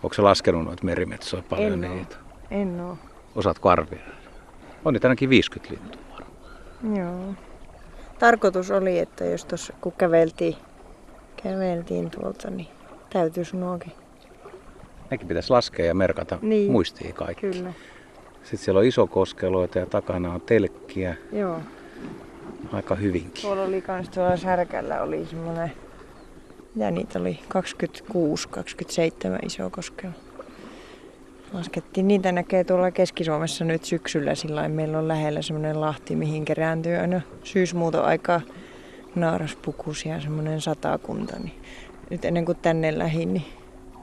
Onko se laskenut noita merimetsoja paljon niitä? En oo. Osaatko arvioida? On niitä ainakin 50 lintua varmaan. Joo. Tarkoitus oli, että jos tuossa kun käveltiin tuolta, niin täytyisi nuokin. Nekin pitäisi laskea ja merkata Niin. muistiin kaikki. Kyllä. Sitten siellä on isokoskeloita ja takana on telkkiä. Joo. Aika hyvinkin. Tuolla oli kans tuolla Särkällä oli semmoinen, ja niitä oli 26-27 iso koskelo. Laskettiin. Niitä näkee tuolla Keski-Suomessa nyt syksyllä, sillä meillä on lähellä semmoinen lahti, mihin kerääntyy aina syysmuuton aikaa naaraspukuisia semmoinen 100. Niin nyt ennen kuin tänne lähdin, niin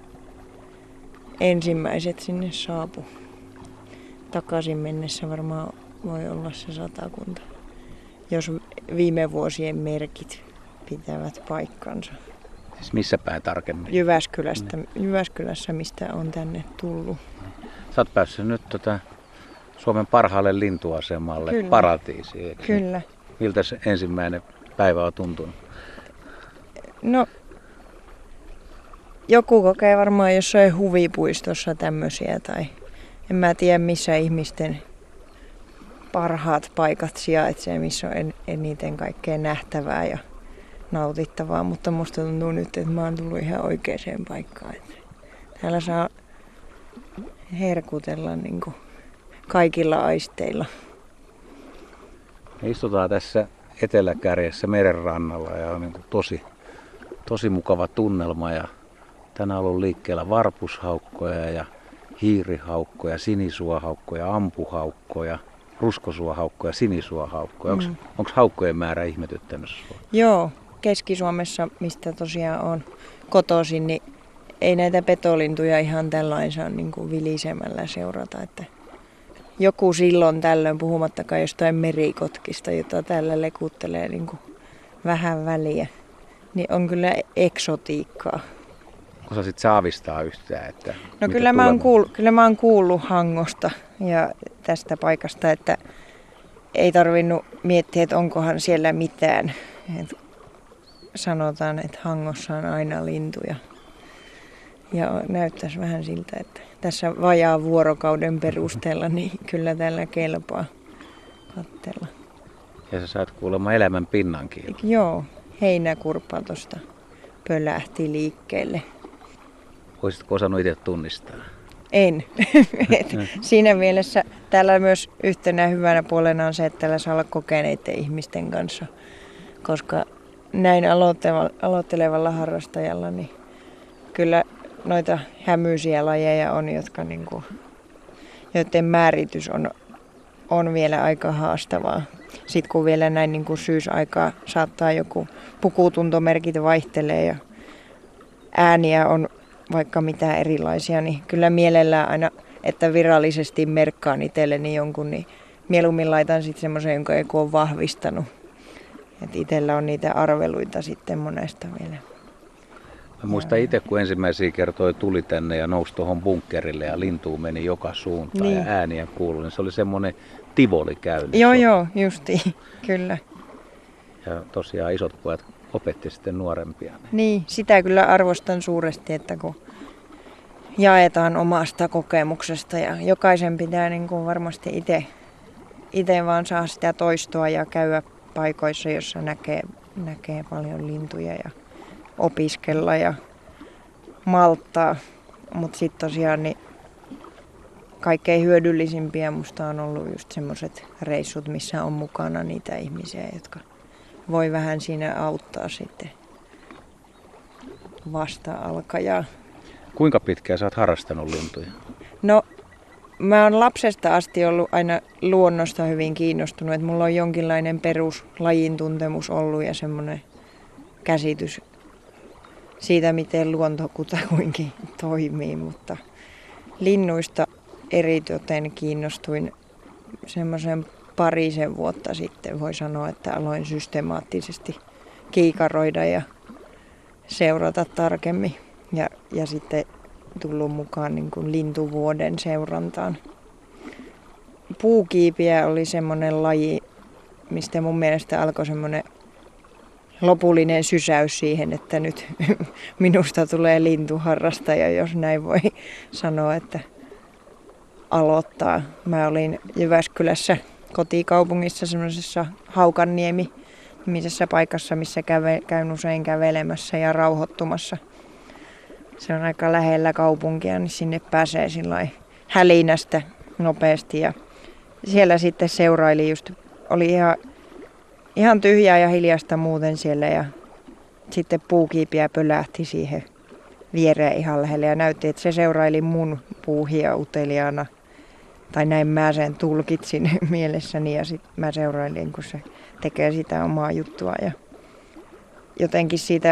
ensimmäiset sinne saapu. Takaisin mennessä varmaan voi olla se 100, jos viime vuosien merkit pitävät paikkansa. Siis missä päin tarkemmin? Jyväskylässä, mistä on tänne tullut. Sä oot päässyt nyt Suomen parhaalle lintuasemalle, Kyllä. Paratiisiin. Kyllä. Miltä se ensimmäinen päivä on tuntunut? No, joku kokee varmaan jossain huvipuistossa tämmöisiä tai en mä tiedä missä ihmisten parhaat paikat sijaitsee, missä on eniten kaikkea nähtävää ja nautittavaa, mutta musta tuntuu nyt, että mä oon tullut ihan oikeaan paikkaan. Että täällä saa herkutella niin kuin kaikilla aisteilla. Me istutaan tässä eteläkärjessä merenrannalla ja on niin kuin tosi mukava tunnelma. Ja tänään on ollut liikkeellä varpushaukkoja ja hiirihaukkoja, sinisuohaukkoja, ampuhaukkoja, ruskosuohaukkoja, sinisuohaukkoja. Onko haukkojen määrä ihmetyttänyt sinua? Joo, Keski-Suomessa, mistä tosiaan on kotoisin, niin ei näitä petolintuja ihan tällainen saa niin kuin vilisemällä seurata. Että joku silloin tällöin, puhumattakaan jostain merikotkista, jota täällä lekuttelee niin kuin vähän väliä, niin on kyllä eksotiikkaa. Osasit saavistaa yhtään? Että no kyllä mä oon kuullut Hangosta ja tästä paikasta, että ei tarvinnut miettiä, että onkohan siellä mitään. Et sanotaan, että Hangossa on aina lintuja. Ja näyttäisi vähän siltä, että tässä vajaa vuorokauden perusteella niin kyllä täällä kelpaa katsella. Ja sä saat kuulemma elämän pinnankin. Joo, heinäkurppa tuosta pölähti liikkeelle. Olisitko osannut itse tunnistaa? En. Siinä mielessä täällä myös yhtenä hyvänä puolena on se, että täällä saa olla kokeneiden ihmisten kanssa. Koska näin aloittelevalla harrastajalla, niin kyllä noita hämyisiä lajeja on, joiden määritys on vielä aika haastavaa. Sitten kun vielä näin niin kuin syysaikaa saattaa joku pukutuntomerkit vaihtelee ja ääniä on vaikka mitä erilaisia, niin kyllä mielellään aina, että virallisesti merkkaan itselleni jonkun, niin mieluummin laitan sitten semmoisen, jonka joku on vahvistanut. Että itsellä on niitä arveluita sitten monesta vielä. Mä muistan itse, kun ensimmäisiä kertoja tuli tänne ja nousi tuohon bunkkerille ja lintuu meni joka suuntaan niin. Ja ääniä kuului, niin se oli semmoinen tivoli käynnissä. Joo, justiin, kyllä. Ja tosiaan isot pojat opetti sitten nuorempia. Niin, sitä kyllä arvostan suuresti, että kun jaetaan omasta kokemuksesta ja jokaisen pitää niin kuin varmasti itse vaan saa sitä toistoa ja käydä paikoissa, jossa näkee paljon lintuja ja opiskella ja malttaa. Mutta sitten tosiaan niin kaikkein hyödyllisimpiä musta on ollut just semmoiset reissut, missä on mukana niitä ihmisiä, jotka voi vähän siinä auttaa sitten vasta-alkajaa. Kuinka pitkään sä oot harrastanut lintuja? No, mä oon lapsesta asti ollut aina luonnosta hyvin kiinnostunut. Että mulla on jonkinlainen peruslajin tuntemus ollut ja semmoinen käsitys siitä, miten luonto kutakuinkin toimii. Mutta linnuista eritoten kiinnostuin semmoisen parisen vuotta sitten. Voi sanoa, että aloin systemaattisesti kiikaroida ja seurata tarkemmin. Ja sitten tullut mukaan niin kuin lintuvuoden seurantaan. Puukiipiä oli semmoinen laji, mistä mun mielestä alkoi semmoinen lopullinen sysäys siihen, että nyt minusta tulee lintuharrastaja, jos näin voi sanoa, että aloittaa. Mä olin Jyväskylässä kotikaupungissa semmoisessa Haukanniemi-nimisessä paikassa, missä käyn usein kävelemässä ja rauhoittumassa. Se on aika lähellä kaupunkia, niin sinne pääsee sillai hälinästä nopeasti. Ja siellä sitten seuraili just, oli ihan tyhjää ja hiljasta muuten siellä ja sitten puukiipiä pölähti siihen viereen ihan lähelle ja näytti, että se seuraili mun puuhia uteliaana. Tai näin mä sen tulkitsin mielessäni ja sitten mä seurailin, kun se tekee sitä omaa juttua. Ja jotenkin siitä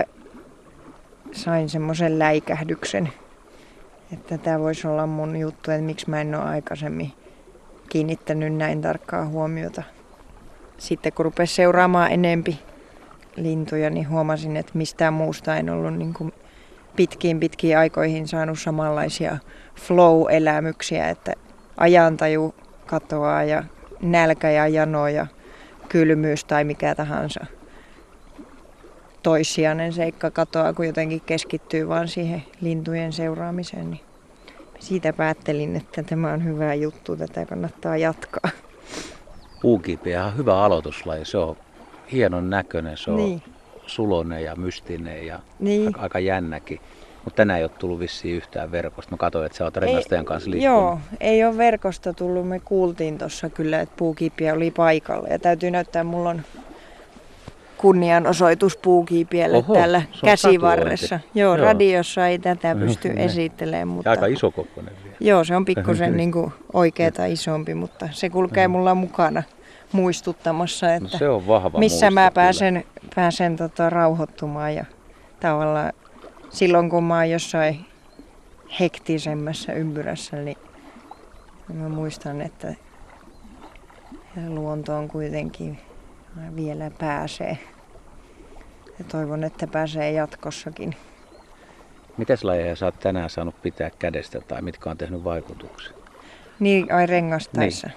sain semmoisen läikähdyksen, että tämä voisi olla mun juttu, että miksi mä en ole aikaisemmin kiinnittänyt näin tarkkaa huomiota. Sitten kun rupesi seuraamaan enempi lintuja, niin huomasin, että mistään muusta en ollut niin kuin pitkiin aikoihin saanut samanlaisia flow-elämyksiä, että ajantaju katoaa ja nälkä ja jano ja kylmyys tai mikä tahansa toissijainen seikka katoaa, kun jotenkin keskittyy vaan siihen lintujen seuraamiseen. Niin siitä päättelin, että tämä on hyvä juttu, tätä kannattaa jatkaa. Puukiipiä on hyvä aloituslaji. Se on hienon näköinen, se on Niin. sulonen ja mystinen ja Niin. aika jännäkin. Mutta tänään ei ole tullut vissiin yhtään verkosta. Mä katsoin, että sä oot rengastajan kanssa liikkunut. Joo, ei ole verkosta tullut. Me kuultiin tuossa kyllä, että puukiipiä oli paikalla. Ja täytyy näyttää, mulla on kunnianosoitus puukiipiälle täällä se on käsivarressa. tatuointi. Joo, Joo. radiossa ei tätä pysty Ne. esittelemään. Mutta Ja aika isokokoinen vielä. joo, se on pikkusen niin kuin oikeeta isompi, mutta se kulkee mulla mukana muistuttamassa, No että se on vahva missä muisto mä kyllä. pääsen rauhoittumaan. Ja tavallaan silloin, kun mä oon jossain hektisemmässä ympyrässä, niin mä muistan, että luontoon kuitenkin vielä pääsee. Ja toivon, että pääsee jatkossakin. Mitäs lajeja sä oot tänään saanut pitää kädestä tai mitkä on tehnyt vaikutuksen? Niin, rengastaessa.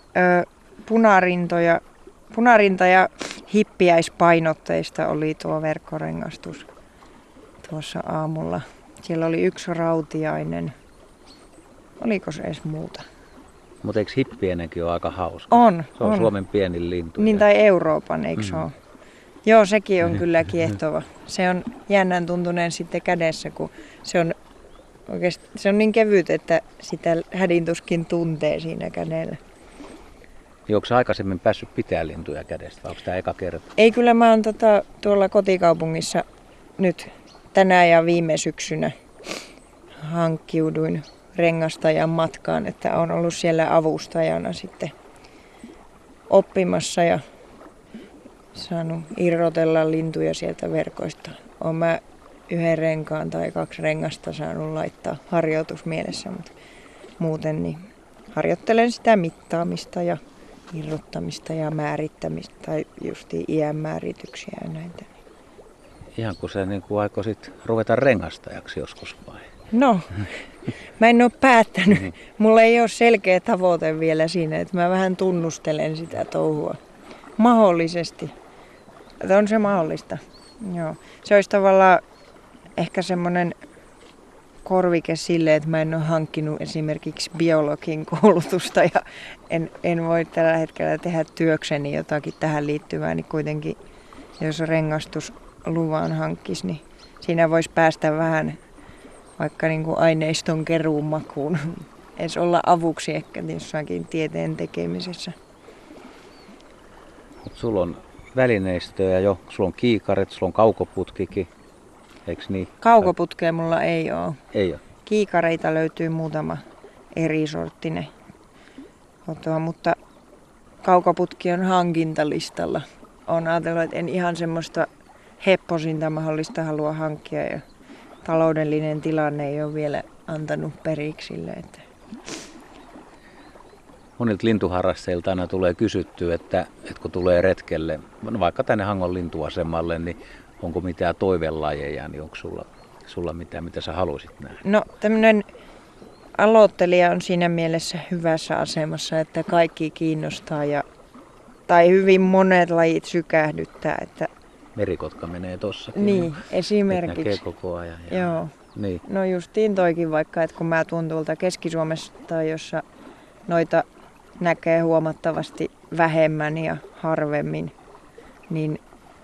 Punarinta ja hippiäispainotteista oli tuo verkkorengastus tuossa aamulla. Siellä oli yksi rautiainen. Oliko se edes muuta? Mutta eikö hippienenkin ole aika hauska? On. Se on Suomen pienin lintu. Niin, tai Euroopan, eikö se ole? Joo, sekin on Niin. kyllä kiehtova. Se on jännän tuntunen sitten kädessä, kun se on oikeasti, se on niin kevyt, että sitä hädintuskin tuntee siinä kädellä. Onko sä aikaisemmin päässyt pitää lintuja kädestä vai onko tämä eka kerta? Ei, kyllä mä oon tuolla kotikaupungissa nyt tänä ja viime syksynä hankkiuduin rengastajan matkaan, että on ollut siellä avustajana sitten oppimassa ja saanut irrotella lintuja sieltä verkoista. Oon mä yhden renkaan tai 2 rengasta saanut laittaa harjoitusmielessä, mutta muuten niin harjoittelen sitä mittaamista ja irrottamista ja määrittämistä tai justiin iän määrityksiä ja näitä. Ihan kun sä niin aikoisit ruveta rengastajaksi joskus vai? No, mä en ole päättänyt. Mulla ei ole selkeä tavoite vielä siinä, että mä vähän tunnustelen sitä touhua. Mahdollisesti. On se mahdollista. Joo. Se olisi tavallaan ehkä semmoinen korvike sille, että mä en ole hankkinut esimerkiksi biologin koulutusta ja en voi tällä hetkellä tehdä työkseni jotakin tähän liittyvää, niin kuitenkin jos rengastusluvan hankkisi, niin siinä voisi päästä vähän vaikka niin kuin aineiston keruun makuun. Edes olla avuksi ehkä jossakin tieteen tekemisessä. Mut sulla on välineistöä jo, sulla on kiikarit, sulla on kaukoputkikin, eikö niin? Kaukoputkea mulla ei ole. Ei ole. Kiikareita löytyy muutama eri sorttinen kotoa, mutta kaukoputki on hankintalistalla. Olen ajatellut, että en ihan semmoista hepposinta mahdollista halua hankkia ja taloudellinen tilanne ei ole vielä antanut periksi sille, että Monilta lintuharrastajilta aina tulee kysyttyä, että kun tulee retkelle, vaikka tänne Hangon lintuasemalle, niin onko mitään toivelajeja, niin onko sulla mitään, mitä sä haluaisit nähdä? no tämmöinen aloittelija on siinä mielessä hyvässä asemassa, että kaikki kiinnostaa tai hyvin monet lajit sykähdyttää, että merikotka menee tossakin. Niin, Et esimerkiksi. näkee koko ajan. Joo. Niin. No justiin toikin vaikka, että kun mä tuun tuolta Keski-Suomesta, jossa noita näkee huomattavasti vähemmän ja harvemmin, niin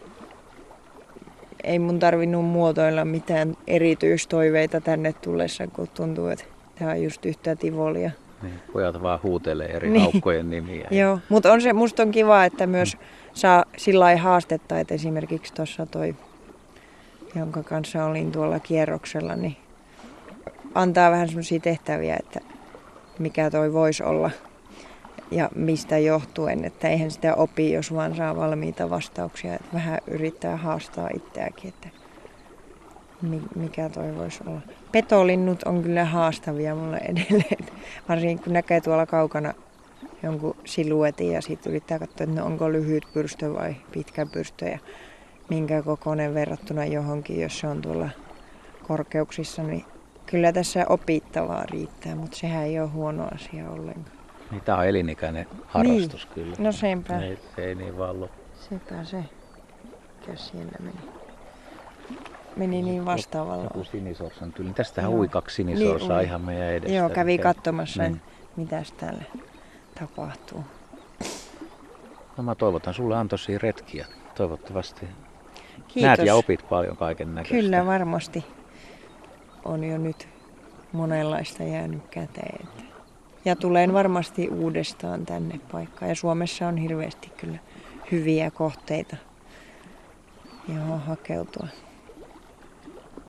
ei mun tarvinnut muotoilla mitään erityistoiveita tänne tullessa, kun tuntuu, että tää on just yhtä Tivolia. Niin, pojat vaan huutelee eri Niin. haukkojen nimiä. Joo, mutta musta on kiva, että myös saa sillä lailla haastetta, että esimerkiksi tuossa toi, jonka kanssa olin tuolla kierroksella, niin antaa vähän semmoisia tehtäviä, että mikä toi voisi olla ja mistä johtuen, että eihän sitä opi, jos vaan saa valmiita vastauksia, että vähän yrittää haastaa itseäkin, että mikä toi voisi olla. Petolinnut on kyllä haastavia mulle edelleen, varsinkin kun näkee tuolla kaukana jonkun siluetin ja sitten yrittää katsoa, että no onko lyhyt pyrstö vai pitkä pyrstö ja minkä kokoinen verrattuna johonkin, jos se on tuolla korkeuksissa, niin kyllä tässä opittavaa riittää, mutta sehän ei ole huono asia ollenkaan. Niin, tää on elinikäinen harrastus kyllä. No senpä. Ei niin vaan loppu. Sepä se. Mikäs siellä meni? Meni niin vastaavalla. Joku sinisorsan tyyli. Tästähän Joo. ui 2 sinisorsaa Niin, ihan meidän edestä. Joo, kävi katsomassa, Niin. mitäs täällä tapahtuu. No mä toivotan sulle antoisia retkiä. Toivottavasti Kiitos. näet ja opit paljon kaiken näköistä. Kyllä varmasti on jo nyt monenlaista jäänyt käteen. Ja tulen varmasti uudestaan tänne paikkaan. Ja Suomessa on hirveästi kyllä hyviä kohteita, johon hakeutua.